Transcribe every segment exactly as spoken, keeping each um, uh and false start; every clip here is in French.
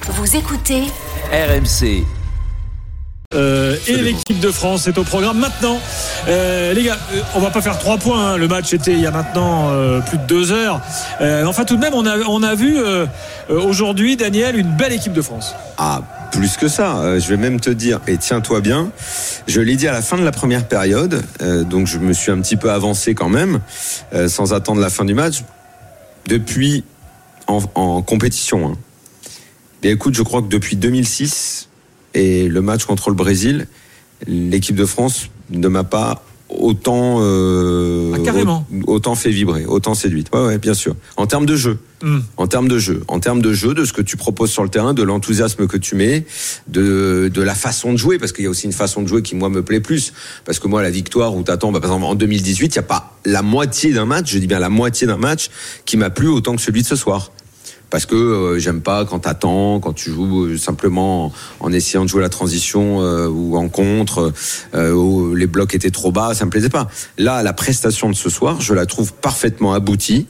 Vous écoutez R M C. Euh, et l'équipe de France est au programme maintenant. Euh, les gars, on va pas faire trois points. Hein. Le match était il y a maintenant euh, plus de deux heures. Euh, enfin, tout de même, on a, on a vu euh, aujourd'hui, Daniel, une belle équipe de France. Ah, plus que ça. Euh, je vais même te dire, et tiens-toi bien, je l'ai dit à la fin de la première période, euh, donc je me suis un petit peu avancé quand même, euh, sans attendre la fin du match, depuis en, en compétition. Hein. Et écoute, je crois que depuis deux mille six et le match contre le Brésil, l'équipe de France ne m'a pas autant euh, ah, carrément. autant fait vibrer, autant séduite. Ouais, ouais, bien sûr. En termes de jeu, mm. en termes de jeu, en termes de jeu, de ce que tu proposes sur le terrain, de l'enthousiasme que tu mets, de de la façon de jouer, parce qu'il y a aussi une façon de jouer qui moi me plaît plus. Parce que moi, la victoire où t'attends, bah, par exemple en deux mille dix-huit, il y a pas la moitié d'un match, je dis bien la moitié d'un match, qui m'a plu autant que celui de ce soir. Parce que euh, j'aime pas quand t'attends, quand tu joues euh, simplement en, en essayant de jouer la transition euh, ou en contre, euh, où les blocs étaient trop bas, ça me plaisait pas. Là, la prestation de ce soir, je la trouve parfaitement aboutie.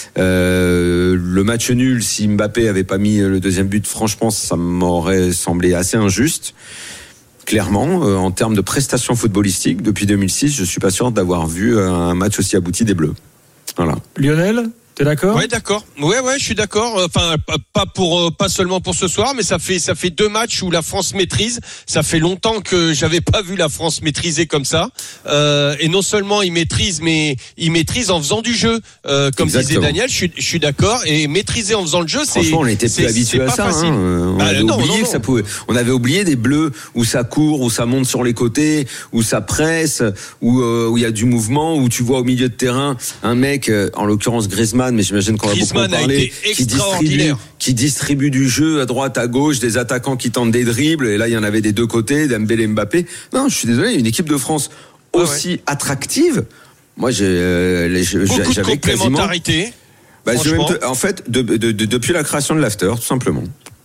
Euh, le match nul, si Mbappé avait pas mis le deuxième but, franchement, ça m'aurait semblé assez injuste. Clairement, euh, en termes de prestation footballistique, depuis deux mille six, je suis pas sûr d'avoir vu un match aussi abouti des Bleus. Voilà. Lionel ? T'es d'accord ? Ouais, d'accord. Ouais, ouais, je suis d'accord. Enfin, pas pour, pas seulement pour ce soir, mais ça fait, ça fait deux matchs où la France maîtrise. Ça fait longtemps que j'avais pas vu la France maîtriser comme ça. Euh, et non seulement ils maîtrisent, mais ils maîtrisent en faisant du jeu. Euh, comme Exactement. disait Daniel, je suis, je suis d'accord. Et maîtriser en faisant le jeu, c'est. Franchement, on était plus habitué à ça. Hein. On bah, avait non, oublié non, non. que ça pouvait. On avait oublié des Bleus où ça court, où ça monte sur les côtés, où ça presse, où euh, où il y a du mouvement, où tu vois au milieu de terrain un mec, euh, en l'occurrence Griezmann, mais j'imagine qu'on va beaucoup en parler, qui distribue, qui distribue du jeu à droite, à gauche, des attaquants qui tentent des dribbles, et là il y en avait des deux côtés, Dembélé, Mbappé. Non, je suis désolé, une équipe de France aussi ouais, ouais. attractive. Moi, j'ai, euh, j'ai beaucoup j'avais de complémentarité. Bah, je vais même te, en fait, de, de, de, depuis la création de l'after, tout simplement.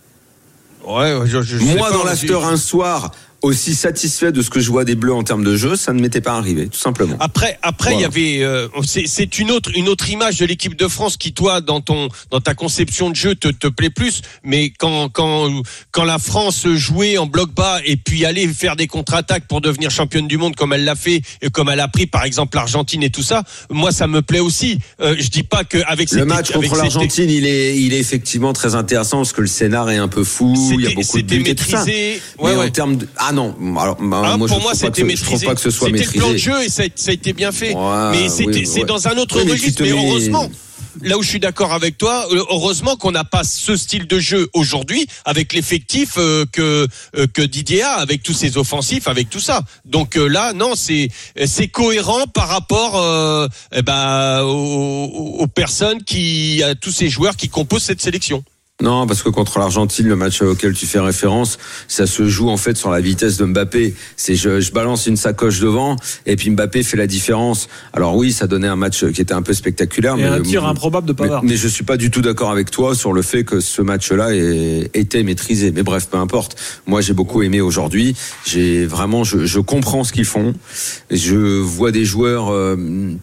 Ouais, je, je Moi, sais dans pas, l'after, un soir, aussi satisfait de ce que je vois des Bleus en termes de jeu, ça ne m'était pas arrivé, tout simplement. Après, après, il voilà. y avait, euh, c'est, c'est une autre, une autre image de l'équipe de France qui, toi, dans ton, dans ta conception de jeu, te, te plaît plus. Mais quand, quand, quand la France jouait en bloc bas et puis allait faire des contre-attaques pour devenir championne du monde comme elle l'a fait et comme elle a pris, par exemple, l'Argentine et tout ça, moi, ça me plaît aussi. Euh, je dis pas que avec cette le match contre l'Argentine, cette... il est, il est effectivement très intéressant parce que le scénar est un peu fou. C'était, il y a beaucoup de buts et tout ça. Ouais, mais ouais. en termes de, ah non, alors ah, moi pour je moi, trouve, c'était pas que, je trouve pas que ce soit c'était maîtrisé. C'était le plan de jeu et ça a, ça a été bien fait. Ouais, mais c'était, oui, c'est ouais. dans un autre oui, registre. Mais, mais heureusement, là où je suis d'accord avec toi, heureusement qu'on n'a pas ce style de jeu aujourd'hui avec l'effectif euh, que euh, que Didier a, avec tous ses offensifs, avec tout ça. Donc euh, là, non, c'est c'est cohérent par rapport euh, eh ben, aux, aux personnes qui, à tous ces joueurs qui composent cette sélection. Non, parce que contre l'Argentine, le match auquel tu fais référence, ça se joue en fait sur la vitesse de Mbappé. C'est je, je balance une sacoche devant et puis Mbappé fait la différence. Alors oui, ça donnait un match qui était un peu spectaculaire. Et mais un tir improbable de Pavard. Mais, mais je suis pas du tout d'accord avec toi sur le fait que ce match-là ait, était maîtrisé. Mais bref, peu importe. Moi, j'ai beaucoup aimé aujourd'hui. J'ai vraiment, je, je comprends ce qu'ils font. Je vois des joueurs euh,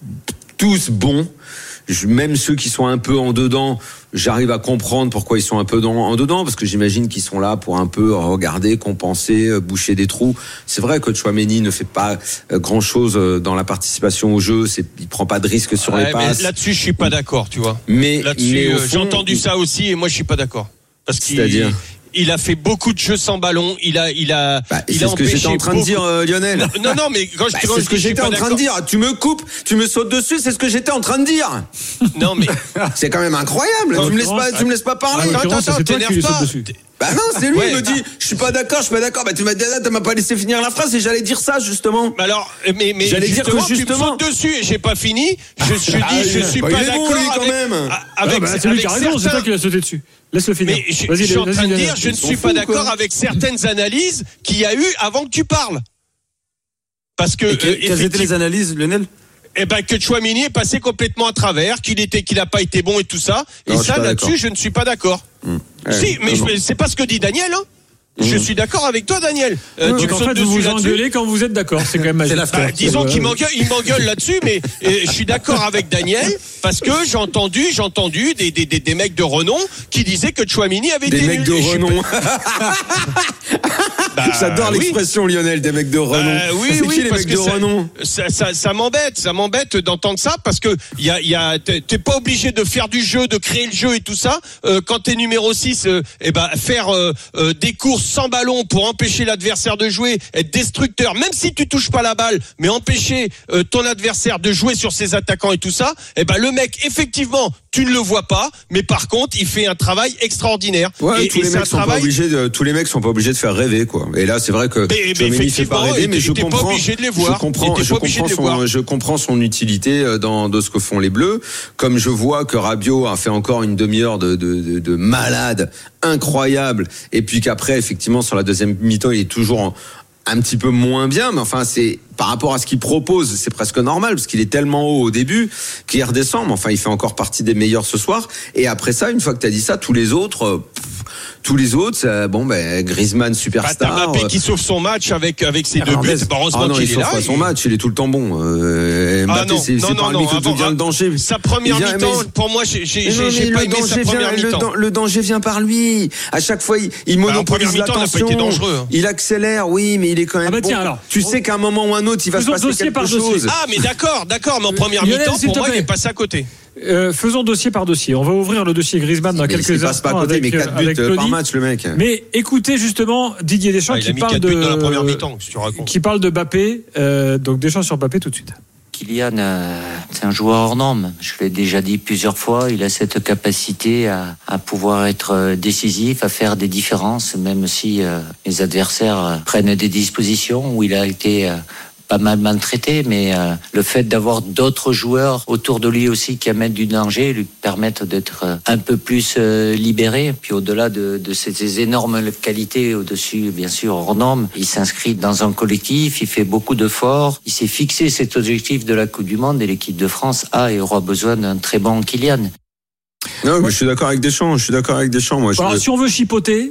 tous bons. Je, même ceux qui sont un peu en dedans, j'arrive à comprendre pourquoi ils sont un peu dans, en dedans, parce que j'imagine qu'ils sont là pour un peu regarder, compenser, boucher des trous. C'est vrai que Tchouaméni ne fait pas grand chose dans la participation au jeu, c'est, il prend pas de risque sur ouais, les passes. Là-dessus, je suis pas d'accord, tu vois. Mais, là-dessus, mais euh, fond, j'ai entendu ça aussi, et moi, je suis pas d'accord. Parce qu'il, c'est-à-dire il a fait beaucoup de jeux sans ballon. Il a, il a, bah, il c'est a ce que j'étais en train beaucoup... de dire, euh, Lionel. Non, non, non, mais quand je, bah, quand c'est je ce que j'étais en train de dire. Tu me coupes, tu me sautes dessus, c'est ce que j'étais en train de dire. Non, mais c'est quand même incroyable. Tu me laisses pas, tu me laisses pas parler. Attends, attends, t'énerve pas. Bah non, c'est lui, ouais, il me dit, je suis pas d'accord, je suis pas d'accord. Bah tu m'as dit, tu m'as pas laissé finir la phrase et j'allais dire ça justement. Bah alors, mais mais j'allais dire que justement, tu me sautes dessus et j'ai pas fini. Je suis dit, ah, je suis bah, pas d'accord bon, lui, quand avec. Même. Avec, ah, bah, c'est lui qui a raison, c'est toi qui l'as sauté dessus. Laisse-le finir. Mais je, je suis en train de dire, je ne suis pas d'accord avec certaines analyses qu'il y a eu avant que tu parles. Parce que. Quelles étaient les analyses, Lionel? Eh ben que Tchouaméni est passé complètement à travers, qu'il était, qu'il n'a pas été bon et tout ça. Non, et ça, là-dessus, je ne suis pas d'accord. Mmh. Ouais, si, mais je, c'est pas ce que dit Daniel. Hein. Je suis d'accord avec toi, Daniel. Euh, Donc tu me en sautes fait, vous dessus vous là-dessus. engueulez quand vous êtes d'accord. C'est quand même magique. Bah, disons qu'il m'engueule, il m'engueule là-dessus, mais euh, je suis d'accord avec Daniel parce que j'ai entendu, j'ai entendu des, des, des, des mecs de renom qui disaient que Chouamini avait Des été mecs nul. de Et je suis renom. Bah, J'adore oui. l'expression, Lionel, des mecs de renom. Euh, oui, c'est oui, qui les parce mecs que de ça, renom? ça, ça, ça m'embête, ça m'embête d'entendre ça parce que y a, y a, t'es, t'es pas obligé de faire du jeu, de créer le jeu et tout ça. Euh, quand t'es numéro six, euh, eh ben faire euh, euh, des courses sans ballon pour empêcher l'adversaire de jouer, être destructeur, même si tu touches pas la balle, mais empêcher euh, ton adversaire de jouer sur ses attaquants et tout ça. Eh ben le mec, effectivement, tu ne le vois pas, mais par contre, il fait un travail extraordinaire. Ouais, et, tous et les c'est mecs un sont travail... pas obligés de, tous les mecs sont pas obligés de faire rêver, quoi. Et là, c'est vrai que Mais, mais Chouamini fait pas effectivement, rêver, mais et je t'es pas comprends, obligé de les voir. je comprends, Et t'es je pas obligé comprends de les voir. son, je comprends son utilité dans, de ce que font les Bleus. Comme je vois que Rabiot a fait encore une demi-heure de, de, de, de malade, incroyable. Et puis qu'après, effectivement, sur la deuxième mi-temps, il est toujours en, un petit peu moins bien, mais enfin, c'est, par rapport à ce qu'il propose, c'est presque normal, parce qu'il est tellement haut au début, qu'il redescend, mais enfin, il fait encore partie des meilleurs ce soir. Et après ça, une fois que t'as dit ça, tous les autres, pff, tous les autres, ça, bon, ben, Griezmann, Bah, superstar. t'as Mbappé qui sauve son match avec, avec ses deux buts. Bah, heureusement Ah non, qu'il il est sauve là. pas son il- match, il est tout le temps bon. Euh, Mbappé, Ah non, c'est, non, c'est non, par lui non, que avant, vient le danger. Sa première Il vient- mi-temps, mais- pour moi, j'ai, j'ai, Mais non, j'ai mais pas le aimé sa danger première vient, le, mi-temps. dan- le danger vient par lui. À chaque fois, il, il Bah, en monopolise première mi-temps, il n'a pas été l'attention. dangereux, hein. Il accélère, oui, mais il est quand même Ah bah bon. tiens, alors. Tu sais qu'à un moment ou un autre, il va se Faisons passer dossier quelque par dossier. chose. Ah, mais d'accord, d'accord, mais en première Lionel, mi-temps, s'il pour te moi, il plaît. est passé à côté. Euh, faisons dossier par dossier. On va ouvrir le dossier Griezmann dans Mais quelques il passe pas à instants côté, avec, mais quatre buts avec euh, par Tony. match, le mec. Mais écoutez justement Didier Deschamps Ah, il qui a mis parle quatre de buts dans la première mi-temps, si tu racontes. qui parle de Mbappé. Euh, donc Deschamps sur Mbappé tout de suite. Kylian, euh, c'est un joueur hors norme. Je l'ai déjà dit plusieurs fois. Il a cette capacité à, à pouvoir être euh, décisif, à faire des différences, même si euh, les adversaires euh, prennent des dispositions où il a été euh, pas mal maltraité, mais euh, le fait d'avoir d'autres joueurs autour de lui aussi qui amènent du danger lui permettent d'être euh, un peu plus euh, libéré. Puis au-delà de, de ces énormes qualités au-dessus, bien sûr, hors normes, il s'inscrit dans un collectif, il fait beaucoup d'efforts, il s'est fixé cet objectif de la Coupe du Monde et l'équipe de France a et aura besoin d'un très bon Kylian. Non, mais je suis d'accord avec Deschamps. Je suis d'accord avec Deschamps. Moi, je Alors veux- si on veut chipoter,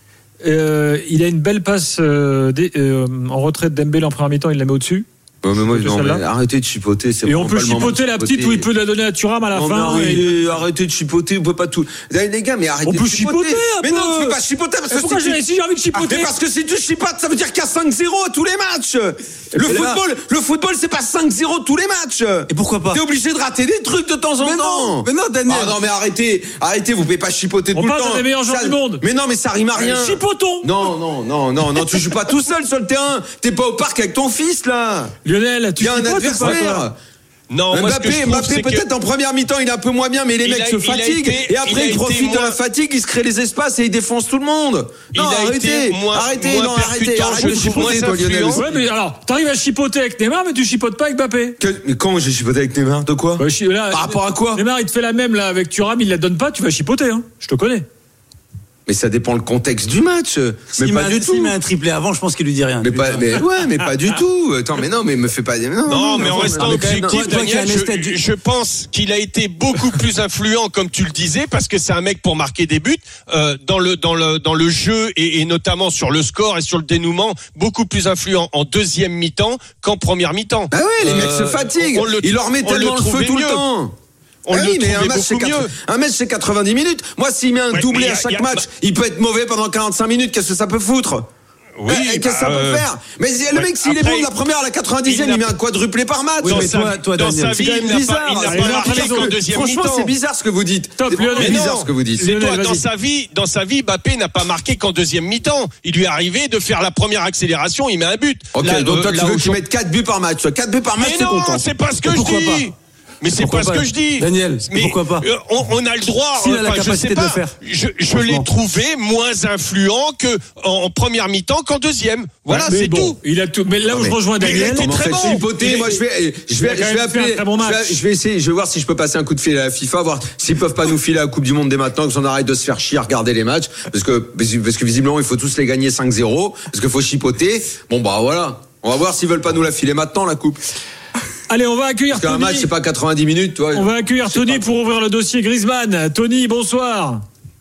euh, il a une belle passe euh, des- euh, en retrait de Dembélé en première mi-temps, il la met au-dessus. Ouais, mais moi, que non, celle-là. mais arrêtez de chipoter. C'est Et on vraiment peut pas le moment de chipoter la petite où il peut la donner à Thuram à la Non, fin. mais et- arrêtez, arrêtez de chipoter, on peut pas tout. Les gars, mais arrêtez On de peut chipoter. chipoter un mais peu. non, tu peux pas chipoter parce Mais que pourquoi si, j'ai- tu- si j'ai envie de Ah, chipoter mais parce que si tu chipotes, ça veut dire qu'il y a cinq zéro à tous les matchs. Le mais là- football, le football, c'est pas cinq zéro tous les matchs. Et pourquoi pas? T'es obligé de rater des trucs de temps en Mais temps. non, mais non, Daniel. Ah non, mais arrêtez, arrêtez, vous pouvez pas chipoter On tout le parle temps. d'un des meilleurs joueurs Ça- du monde. Mais non, mais ça rime à rien. Chipotons. Non, non, non, non, non, tu joues pas tout seul sur le terrain. T'es pas au parc avec ton fils, là. Lionel, tu Il y a un chipotes ou pas, adversaire. toi Non, moi, ce que je Mbappé, trouve, Mbappé c'est que- peut-être en première mi-temps il est un peu moins bien, mais les Il mecs a- se il a fatiguent été- et après il a ils été profitent de moins- la fatigue, ils se créent les espaces et ils défoncent tout le monde. Il Non, a arrêtez, été moins- arrêtez, moins non, arrêtez, percutant, arrêtez je de trouve, chipoter, moins toi, Lionel. influent. Ouais, mais alors, t'arrives à chipoter avec Neymar, mais tu chipotes pas avec Mbappé. Que- mais quand j'ai chipoté avec Neymar, de quoi Bah, chi- là, Par rapport à quoi Neymar, il te fait la même là avec Thuram, il la donne pas, tu vas chipoter. Hein. Je te connais. Mais ça dépend le contexte du match. Mais S'il pas met un- du S'il tout. met un triplé avant, je pense qu'il lui dit rien. Mais pas, mais ouais, mais pas du tout. Attends, mais non, mais me fais pas. Non, Non, mais en restant mais quand même, objectif, toi qui as Daniel, un esthète je, du- je pense qu'il a été beaucoup plus influent, comme tu le disais, parce que c'est un mec pour marquer des buts euh, dans le dans le dans le jeu et, et notamment sur le score et sur le dénouement, beaucoup plus influent en deuxième mi-temps qu'en première mi-temps. Ah ouais, les mecs se Euh, fatiguent. on le- Il leur met on le tellement le, feu trouvait tout mieux. le temps. On Ah le oui, mais un trouvait match, c'est beaucoup quatre- mieux. un match, c'est quatre-vingt-dix minutes. Moi, s'il met un Ouais, doublé mais à y a- chaque y a- match, il peut être mauvais pendant quarante-cinq minutes. Qu'est-ce que ça peut foutre? Oui, Eh, qu'est-ce que ça bah, peut euh, faire? Mais le ouais, mec, s'il est après, bon de la première à la quatre-vingt-dixième, il il met n'a- un quadruplé par match. Oui, dans mais sa, toi- toi, dans Daniel, sa C'est vie, quand il même n'a bizarre. pas, il n'a C'est pas bizarre. marqué Franchement, qu'en deuxième Franchement, mi-temps. c'est bizarre ce que vous dites. Top, Lionel, C'est Mais bizarre non. ce que vous dites. C'est Lionel, toi, dans vas-y. sa vie, dans sa vie, Mbappé n'a pas marqué qu'en deuxième mi-temps. Il lui est arrivé de faire la première accélération, il met un but. Ok, Là, donc euh, toi, tu là veux où qu'il je- mette quatre buts par match. quatre buts par match, Mais c'est non, content. c'est pas ce que Et je pourquoi dis. pas Mais c'est Pourquoi pas ce pas que je dis. Daniel, mais pourquoi pas euh, on, on a le droit. S'il a la enfin, je capacité sais de le pas, faire. Je, je Franchement. l'ai trouvé moins influent que en, en première mi-temps qu'en deuxième. Voilà, Mais c'est bon, tout. Il a tout. Mais là où mais- je rejoins mais il a Daniel. été Comment très fait bon. chipoter? Il- Moi, je vais, je il a vais, quand je vais même fait un appeler. très bon je, vais, match. je vais essayer, je vais voir si je peux passer un coup de fil à la FIFA, voir s'ils peuvent pas nous filer la Coupe du Monde dès maintenant, que j'en arrête de se faire chier à regarder les matchs, parce que, parce que visiblement, il faut tous les gagner cinq zéro, parce qu'il faut chipoter. Bon, bah, voilà. On va voir s'ils veulent pas nous la filer maintenant, la Coupe. Allez, on va accueillir Parce qu'un Tony. match, c'est pas quatre-vingt-dix minutes, toi. On va accueillir Tony pour ouvrir le dossier Griezmann. Tony, bonsoir.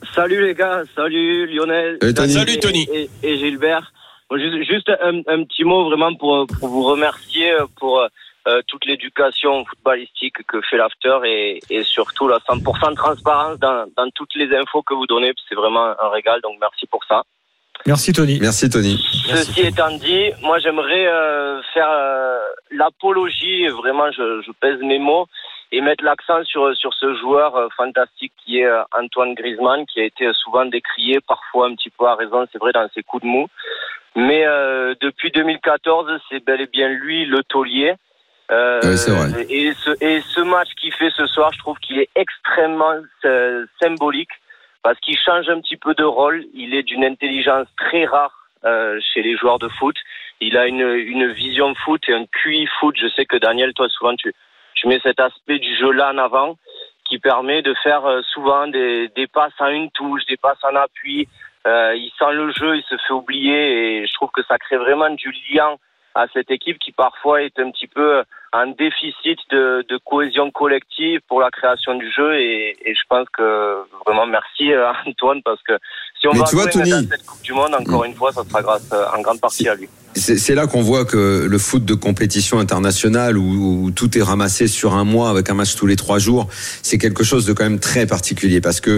Salut les gars, salut Lionel. Salut Tony. Salut, Tony. Et, et, et Gilbert. Bon, juste juste un, un petit mot vraiment pour, pour vous remercier pour euh, toute l'éducation footballistique que fait l'After et, et surtout la cent pour cent de transparence dans, dans toutes les infos que vous donnez. C'est vraiment un régal, donc merci pour ça. Merci Tony. Merci Tony. Ceci Merci. étant dit, moi j'aimerais euh, faire euh, l'apologie, vraiment je, je pèse mes mots, et mettre l'accent sur sur ce joueur euh, fantastique qui est euh, Antoine Griezmann, qui a été souvent décrié, parfois un petit peu à raison, c'est vrai, dans ses coups de mou. Mais euh, depuis deux mille quatorze, c'est bel et bien lui le taulier. Euh, oui, c'est vrai. Et ce, et ce match qu'il fait ce soir, je trouve qu'il est extrêmement euh, symbolique, parce qu'il change un petit peu de rôle. Il est d'une intelligence très rare euh, chez les joueurs de foot. Il a une, une vision foot et un Q I foot. Je sais que Daniel, toi, souvent, tu, tu mets cet aspect du jeu là en avant, qui permet de faire euh, souvent des, des passes en une touche, des passes en appui. Euh, il sent le jeu, il se fait oublier, et je trouve que ça crée vraiment du lien à cette équipe qui parfois est un petit peu en déficit de, de cohésion collective pour la création du jeu, et, et je pense que vraiment merci Antoine, parce que si on Mais va tu vois, Tony, dans cette Coupe du Monde, encore mmh. une fois, ça sera grâce en grande partie à lui. C'est, c'est là qu'on voit que le foot de compétition internationale où, où tout est ramassé sur un mois avec un match tous les trois jours, c'est quelque chose de quand même très particulier, parce que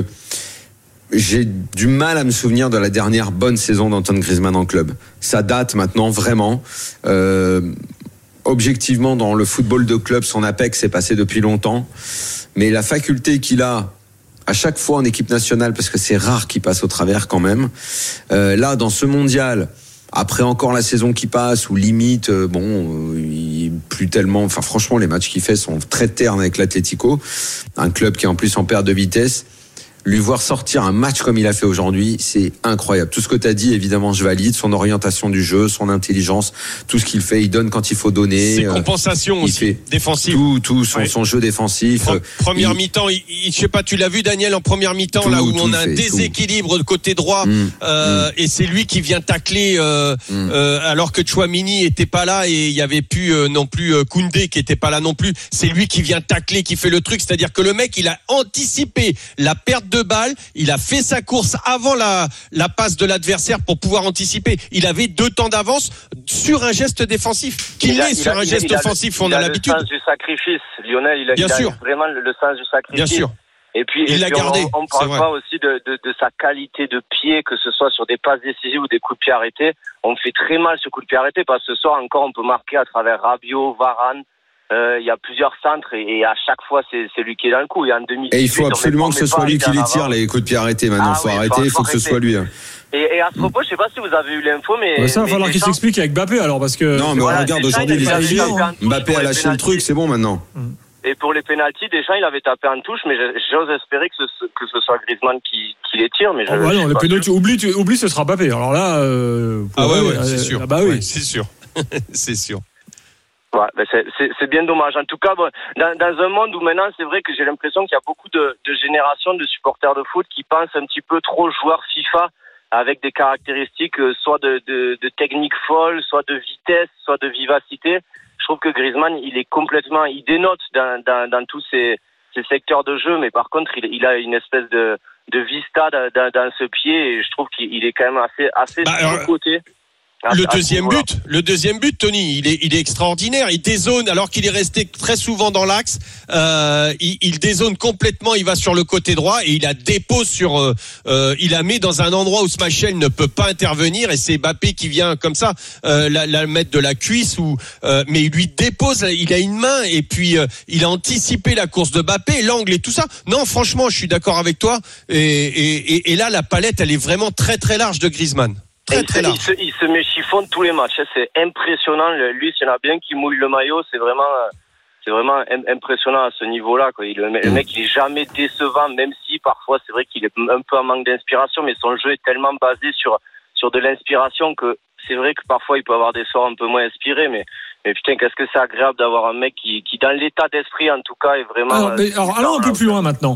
j'ai du mal à me souvenir de la dernière bonne saison d'Antoine Griezmann en club. Ça date maintenant vraiment. Euh, objectivement, dans le football de club, son apex s'est passé depuis longtemps. Mais la faculté qu'il a à chaque fois en équipe nationale, parce que c'est rare qu'il passe au travers quand même. Euh, là, dans ce mondial, après encore la saison qui passe, où limite, euh, bon, euh, il est plus tellement. Enfin, franchement, les matchs qu'il fait sont très ternes avec l'Atlético, un club qui est en plus en perte de vitesse. Lui voir sortir un match comme il a fait aujourd'hui, c'est incroyable. Tout ce que tu as dit, évidemment, je valide. Son orientation du jeu, son intelligence, tout ce qu'il fait, il donne quand il faut donner. Ses compensations il aussi, fait défensives. Tout, tout son, ouais. son jeu défensif. Pre- première il, mi-temps, il, il, je sais pas, tu l'as vu Daniel en première mi-temps, tout, là où on a fait, un déséquilibre tout. de côté droit, mmh, euh, mmh. et c'est lui qui vient tacler, euh, mmh. euh, alors que Tchouaméni était pas là, et il y avait plus euh, non plus euh, Koundé qui était pas là non plus. C'est lui qui vient tacler, qui fait le truc. C'est-à-dire que le mec, il a anticipé la perte de balle, il a fait sa course avant la, la passe de l'adversaire pour pouvoir anticiper. Il avait deux temps d'avance sur un geste défensif. Qu'il est sur a, un il geste a, offensif, il a, on a, a l'habitude. Le sens du sacrifice, Lionel, il a, Bien il a sûr. vraiment le, le sens du sacrifice. Bien sûr. Et puis, il et l'a puis gardé. On ne parle pas aussi de, de, de sa qualité de pied, que ce soit sur des passes décisives ou des coups de pied arrêtés. On fait très mal ce coup de pied arrêté, parce que ce soir encore, on peut marquer à travers Rabiot, Varane. Il euh, y a plusieurs centres, et, et à chaque fois c'est, c'est lui qui est dans le coup. Et en demi-dix-huit, et il faut absolument que ce soit lui qui les tire, les coups de pied arrêtés. Maintenant, il ah, faut oui, arrêter, il faut, faut que ce soit lui. Hein. Et, et à ce propos, je sais pas si vous avez eu l'info, mais ouais, ça va mais falloir qu'il gens... s'explique avec Mbappé alors, parce que non, mais voilà, regarde Deschamps, aujourd'hui les affiches. Mbappé a lâché les le truc, c'est bon maintenant. Et pour les pénaltys, Deschamps, il avait tapé en touche, mais j'ose espérer que ce, que ce soit Griezmann qui, qui les tire. Mais je, oh bah non, les pénaltys, oublie, tu, oublie, ce sera Mbappé. Alors là, euh, ah ouais, ouais, euh, c'est sûr. Ah bah oui, ouais, c'est sûr, c'est sûr. Ouais, ben c'est, c'est, c'est bien dommage. En tout cas, bon, dans, dans un monde où maintenant, c'est vrai que j'ai l'impression qu'il y a beaucoup de, de générations de supporters de foot qui pensent un petit peu trop joueurs FIFA, avec des caractéristiques soit de, de, de technique folle, soit de vitesse, soit de vivacité. Je trouve que Griezmann, il est complètement, il dénote dans, dans, dans tous ces, ces secteurs de jeu, mais par contre, il, il a une espèce de, de vista dans, dans ce pied, et je trouve qu'il est quand même assez, assez bah, sur le côté. Le deuxième but, le deuxième but, Tony, il est, il est extraordinaire. Il dézone alors qu'il est resté très souvent dans l'axe. Euh, il, il dézone complètement. Il va sur le côté droit et il la dépose sur. Euh, euh, il la met dans un endroit où Schmeichel ne peut pas intervenir, et c'est Mbappé qui vient comme ça euh, la, la mettre de la cuisse ou. Euh, mais il lui dépose. Il a une main, et puis euh, il a anticipé la course de Mbappé, l'angle et tout ça. Non, franchement, je suis d'accord avec toi. Et, et, et, et là, la palette, elle est vraiment très très large de Griezmann. Très, très il, se, il se met chiffon tous les matchs, c'est impressionnant. Lui, s'il y en a bien qui mouille le maillot, c'est vraiment, c'est vraiment impressionnant à ce niveau-là, quoi. Il, le mec, il est jamais décevant, même si parfois c'est vrai qu'il est un peu en manque d'inspiration, mais son jeu est tellement basé sur sur de l'inspiration que c'est vrai que parfois il peut avoir des soirs un peu moins inspirés, mais mais putain, qu'est-ce que c'est agréable d'avoir un mec qui, qui dans l'état d'esprit en tout cas est vraiment. Alors, mais, alors allons un peu plus loin maintenant.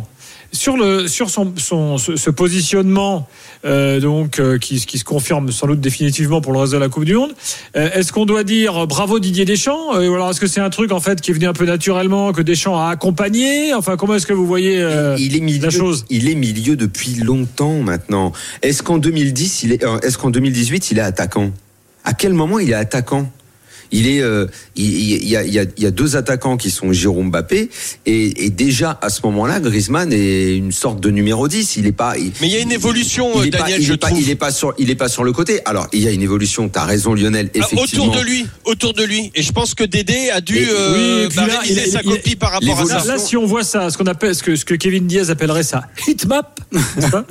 Sur le sur son son ce, ce positionnement euh, donc euh, qui qui se confirme sans doute définitivement pour le reste de la Coupe du Monde. Euh, est-ce qu'on doit dire bravo Didier Deschamps euh, ou alors est-ce que c'est un truc en fait qui est venu un peu naturellement que Deschamps a accompagné? Enfin, comment est-ce que vous voyez euh, il est milieu, la chose? Il est milieu depuis longtemps maintenant. Est-ce qu'en deux mille dix, il est euh, est-ce qu'en deux mille dix-huit, il est attaquant? À quel moment il est attaquant? Il est, euh, il, il, y a, il, y a, il y a deux attaquants qui sont Giroud, Mbappé, et, et déjà à ce moment-là, Griezmann est une sorte de numéro dix. Il est pas. Il, Mais il y a une évolution, il, il Daniel, pas, il je est pas, trouve. il est pas sur, il est pas sur le côté. Alors il y a une évolution. T'as raison, Lionel. Effectivement. Autour de lui, autour de lui. Et je pense que Dédé a dû Et, euh, oui, et puis bah, là, réviser il a- sa il a- copie par rapport à ça. Là, là, si on voit ça, ce qu'on appelle, ce que, ce que Kevin Diaz appellerait ça heatmap, n'est-ce pas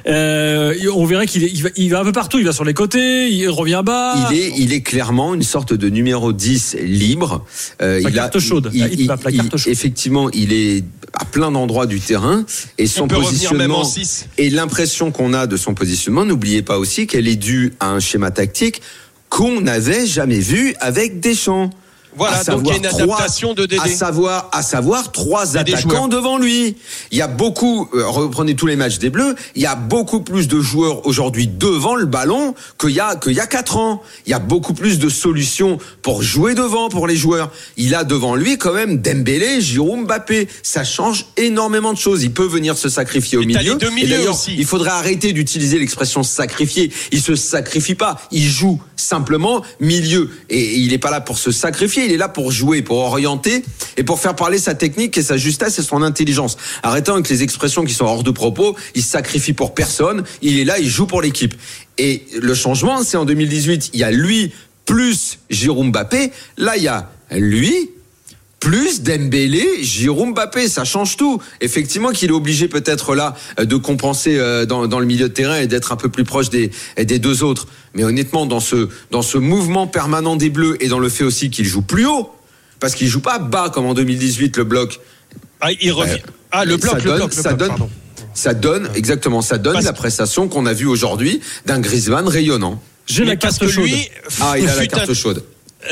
euh, on verrait qu'il est, il va, il va un peu partout. Il va sur les côtés, il revient bas. Il est, il est clairement une sorte de numéro dix libre. Euh, La il carte a, chaude, il- la il- heatmap, la il- carte chaude. Effectivement, il est à plein d'endroits du terrain et son On peut revenir même en positionnement six. et l'impression qu'on a de son positionnement. N'oubliez pas aussi qu'elle est due à un schéma tactique qu'on n'avait jamais vu avec Deschamps. Voilà, À donc il y a une savoir trois- adaptation de Dédé. À savoir, à savoir trois Et des attaquants joueurs. devant lui. Il y a beaucoup, euh, reprenez tous les matchs des Bleus, il y a beaucoup plus de joueurs aujourd'hui devant le ballon qu'il y a, qu'il y a quatre ans. Il y a beaucoup plus de solutions pour jouer devant pour les joueurs. Il a devant lui quand même Dembélé, Giroud, Mbappé. Ça change énormément de choses. Il peut venir se sacrifier au Et t'as milieu. les deux Et milieux d'ailleurs, aussi. il faudrait arrêter d'utiliser l'expression sacrifier. Il se sacrifie pas. Il joue simplement milieu. Et il n'est pas là pour se sacrifier. Il est là pour jouer, pour orienter et pour faire parler sa technique et sa justesse et son intelligence. Arrêtons avec les expressions qui sont hors de propos. Il se sacrifie pour personne. Il est là, il joue pour l'équipe. Et le changement, c'est en deux mille dix-huit. Il y a lui plus Giroud, Mbappé. Là, il y a lui plus Dembélé, Giroud, Mbappé, ça change tout. Effectivement qu'il est obligé peut-être là de compenser dans, dans le milieu de terrain et d'être un peu plus proche des, des deux autres. Mais honnêtement, dans ce, dans ce mouvement permanent des Bleus et dans le fait aussi qu'il joue plus haut, parce qu'il joue pas bas comme en deux mille dix-huit le bloc. Ah, il revient. Ah, le bloc, ça le donne, bloc, le ça bloc, donne, pardon. ça donne exactement, ça donne Parce- la prestation qu'on a vue aujourd'hui d'un Griezmann rayonnant. J'ai Mais la parce carte que chaude. lui, Ah, il a la fut carte un- chaude.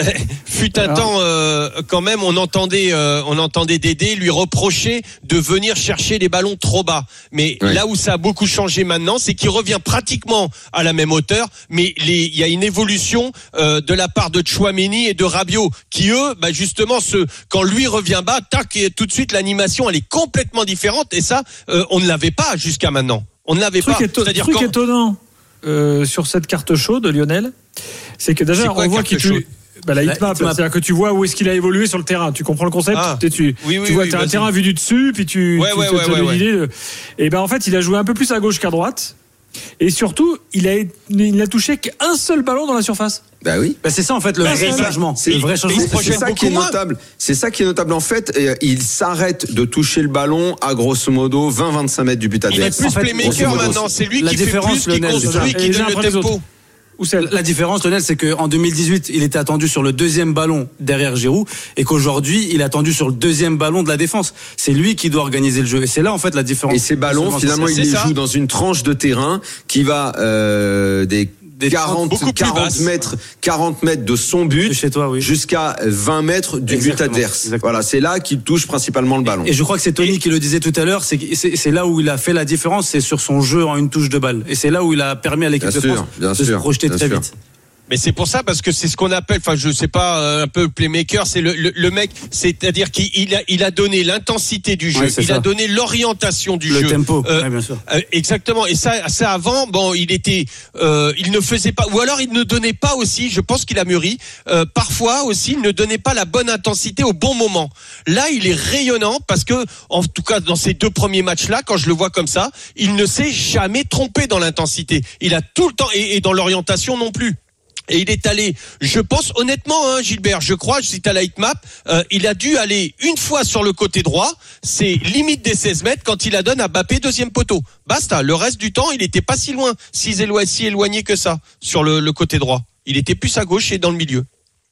fut un temps euh, quand même on entendait euh, on entendait Dédé lui reprocher de venir chercher les ballons trop bas, mais Oui. là où ça a beaucoup changé maintenant, c'est qu'il revient pratiquement à la même hauteur, mais les, il y a une évolution euh, de la part de Tchouaméni et de Rabiot qui eux bah justement ce quand lui revient bas, tac, et tout de suite l'animation elle est complètement différente, et ça euh, on ne l'avait pas jusqu'à maintenant, on ne l'avait Truc, pas, éto- c'est-à-dire truc quand étonnant euh, sur cette carte chaude, Lionel, c'est que déjà C'est quoi, on voit carte qu'il chaude bah, la La heatmap, heatmap. c'est-à-dire que tu vois où est-ce qu'il a évolué sur le terrain. Tu comprends le concept? Ah. Tu, tu, Oui, oui, tu vois, oui, t'as un vas-y. terrain vu du dessus, puis tu, Ouais, tu ouais, tu- ouais, tu as ouais, une ouais. idée de- Et ben en fait, il a joué un peu plus à gauche qu'à droite. Et surtout, il a, il n'a touché qu'un seul ballon dans la surface. Bah oui. Bah, c'est ça en fait le Bah, vrai c'est- changement. C'est Le vrai changement. il c'est- projette C'est ça qui est beaucoup moins. notable. C'est ça qui est notable. En fait, euh, il s'arrête de toucher le ballon à grosso modo vingt à vingt-cinq mètres du but il est adverse. plus En fait, playmaker grosso modo, maintenant, c'est lui la qui fait différence, plus, qui Lionel, c'est construit, ça. qui Et les donne uns le après les tempo. autres. Ou celle La différence, Lionel, c'est qu'en deux mille dix-huit, il était attendu sur le deuxième ballon derrière Giroud et qu'aujourd'hui, il est attendu sur le deuxième ballon de la défense. C'est lui qui doit organiser le jeu. Et c'est là, en fait, la différence. Et ces ballons, Seulement, finalement, c'est- il c'est les ça. joue dans une tranche de terrain qui va euh, des Des quarante, beaucoup plus quarante basses. mètres, quarante mètres de son de but chez toi, oui. jusqu'à vingt mètres du but Exactement, adverse. exactement. Voilà, c'est là qu'il touche principalement le ballon. Et je crois que c'est Tony qui le disait tout à l'heure, c'est, que- c'est, c'est là où il a fait la différence, c'est sur son jeu en une touche de balle. Et c'est là où il a permis à l'équipe Bien de sûr, France bien de se sûr, projeter bien très sûr. vite. Mais c'est pour ça, parce que c'est ce qu'on appelle, enfin je sais pas, euh, un peu le playmaker, c'est le, le, le mec, c'est-à-dire qu'il il a, il a donné l'intensité du jeu, Ouais, c'est il ça. a donné l'orientation du Le jeu. tempo, Euh, ouais, bien sûr. Euh, exactement. Et ça, ça avant, bon, il était, euh, il ne faisait pas, ou alors il ne donnait pas aussi. Je pense qu'il a mûri. Euh, parfois aussi, il ne donnait pas la bonne intensité au bon moment. Là, il est rayonnant parce que, en tout cas, dans ces deux premiers matchs-là, quand je le vois comme ça, il ne s'est jamais trompé dans l'intensité. Il a tout le temps et, et dans l'orientation non plus. Et il est allé, je pense honnêtement, hein, Gilbert, je crois, si t'as la heatmap, euh, il a dû aller une fois sur le côté droit, c'est limite des seize mètres quand il la donne à Mbappé deuxième poteau. Basta, le reste du temps, il était pas si loin, si éloigné, si éloigné que ça, sur le, le côté droit. Il était plus à gauche et dans le milieu.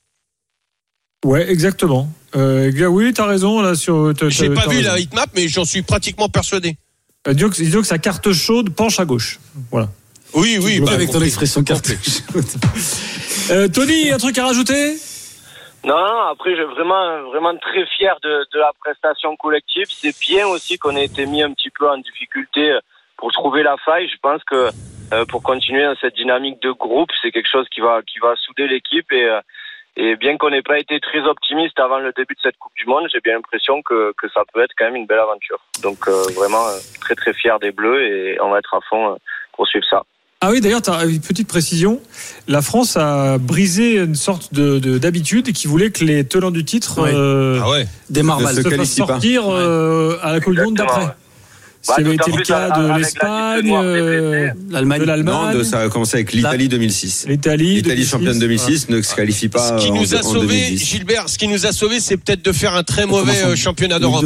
Ouais, exactement. Euh, oui, t'as raison là sur. t'as- J'ai t'as- pas t'as vu raison. la heatmap, mais j'en suis pratiquement persuadé. Euh, disons, que, disons que sa carte chaude penche à gauche. Voilà. Oui, oui, bah, avec ton complet. expression carte. Euh, Tony, un truc à rajouter? Non, non, après, j'ai vraiment, vraiment très fier de, de la prestation collective. C'est bien aussi qu'on ait été mis un petit peu en difficulté pour trouver la faille. Je pense que euh, pour continuer dans cette dynamique de groupe, c'est quelque chose qui va, qui va souder l'équipe. Et, euh, et bien qu'on n'ait pas été très optimiste avant le début de cette Coupe du Monde, j'ai bien l'impression que, que ça peut être quand même une belle aventure. Donc euh, vraiment euh, très très fier des Bleus et on va être à fond euh, pour suivre ça. Ah oui, d'ailleurs, tu as une petite précision. La France a brisé une sorte de, de d'habitude qui voulait que les tenants du titre ouais. Euh, ah ouais. démarrent mal, se se fassent sortir euh, à la Coupe du Monde d'après. Ouais. Ça Bah, avait été le cas de avec l'Espagne, la euh, L'Allemagne. de l'Allemagne. Non, de, ça a commencé avec l'Italie deux mille six. L'Italie, L'Italie championne deux mille six voilà. ne se qualifie pas Ce qui en, nous a en sauvé, deux mille dix. Gilbert, ce qui nous a sauvé, c'est peut-être de faire un très mauvais euh, championnat d'Europe.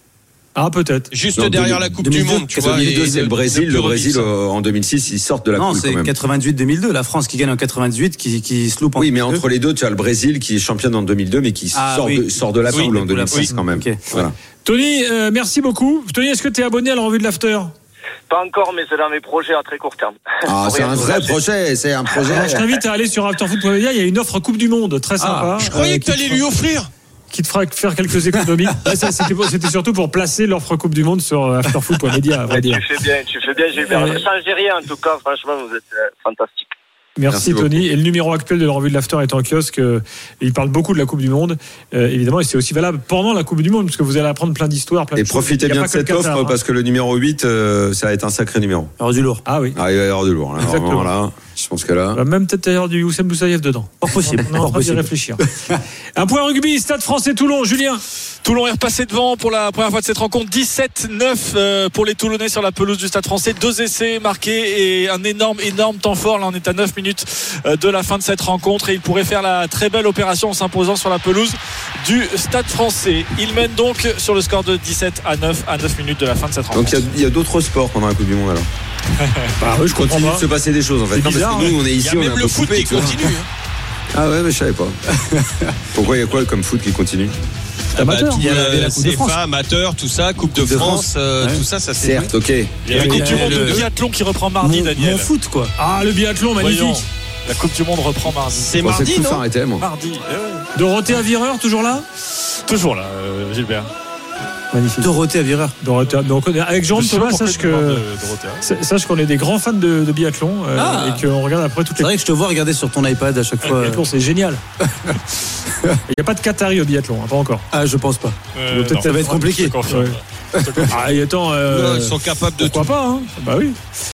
Ah, peut-être. Juste Non, derrière deux mille- la Coupe deux mille du deux, Monde, tu vois. deux mille deux, et c'est de- le Brésil. de Le plus Brésil, remis, ça. euh, en deux mille six, ils sortent de la Non, poule quand c'est même. quatre-vingt-dix-huit deux mille deux. La France qui gagne en quatre-vingt-dix-huit, qui, qui se loupe en Oui, mais deux mille deux. entre les deux, tu as le Brésil qui est championne en deux mille deux, mais qui Ah, sort, oui. de, sort de la Oui, poule en pour la deux mille six poule. quand même. Ok. Voilà. Tony, euh, merci beaucoup. Tony, est-ce que tu es abonné à la revue de l'After? Pas encore, mais c'est dans mes projets à très court terme. Ah, Pour c'est rien un vous vrai lâcher. projet, c'est un projet. Alors, je t'invite à aller sur afterfoot point media. Il y a une offre Coupe du Monde très sympa. Je croyais euh, que tu allais lui offrir. Qui te fera faire quelques économies. Là, ça, c'était, c'était surtout pour placer l'offre Coupe du Monde sur afterfoot point media, à vrai Ouais, dire. tu fais bien, tu fais bien, Gilbert. Euh, Ne changez rien, en tout cas, franchement, vous êtes euh, fantastique. Merci, Merci Tony. Et le numéro actuel de la revue de l'After est en kiosque. Euh, il parle beaucoup de la Coupe du Monde, euh, évidemment, et c'est aussi valable pendant la Coupe du Monde, parce que vous allez apprendre plein d'histoires. Plein Et de choses. profitez Il y a bien pas de que le cette offre Qatar, hein. parce que le numéro huit, euh, ça va être un sacré numéro. Alors du lourd. Ah oui. Ah, il va y avoir du lourd. Là. Exactement. Vraiment, là, je pense que là. Il va même peut-être y avoir du Oussem Boussaïef dedans. Pas possible. On est en train d'y réfléchir. Un point rugby, Stade Français Toulon, Julien. Toulon est repassé devant pour la première fois de cette rencontre. dix-sept neuf euh, pour les Toulonnais sur la pelouse du Stade Français. Deux essais marqués et un énorme, énorme temps fort. Là, on est à neuf minutes euh, de la fin de cette rencontre et il pourrait faire la très belle opération en s'imposant sur la pelouse du Stade Français. Il mène donc sur le score de dix-sept à neuf à neuf minutes de la fin de cette rencontre. Donc il y a- il y, a d'autres sports pendant la Coupe du Monde alors. Bah oui, je comprends Continue pas. de se passer des choses en fait. C'est Non, bizarre, parce que nous, on est Il y ici, a on est même un le peu foot coupé, qui tu vois. continue. hein. Ah ouais, mais je savais pas. Pourquoi il y a quoi comme foot qui continue? Ah bah, Amateur. tout, Il y a la- euh, la Coupe de C F A, France. amateur, tout ça, Coupe de de France, France. euh, Ouais. tout ça, ça c'est. Certes, ok. Il y a la Et Coupe du le- Monde de le- biathlon qui reprend mardi, Mon, Daniel. mon foot, quoi. Ah, le biathlon, magnifique. Voyons. La Coupe du Monde reprend mardi. C'est Bon, c'est mardi, tout non s'arrêtait, moi. Mardi. eh ouais. Dorothée Avireur, toujours là? Toujours là, euh, Gilbert. Magnifique. Dorothée Avireur. Dorothée, donc, avec Jean Je sais pas Thomas, pourquoi sache il me demande que. de Dorothée. S- Sache qu'on est des grands fans de, de biathlon euh, Ah. et qu'on regarde après toutes C'est les vrai que je te vois regarder sur ton iPad à chaque fois. Le biathlon, c'est génial. Il n'y a pas de Qatari au biathlon, hein, pas encore. Ah, je pense pas. Euh, peut-être non, ça va être compliqué. je te confirme. Ouais. Ah, et attends, euh, Non, ils sont capables de pourquoi tout. pas, hein. Bah oui.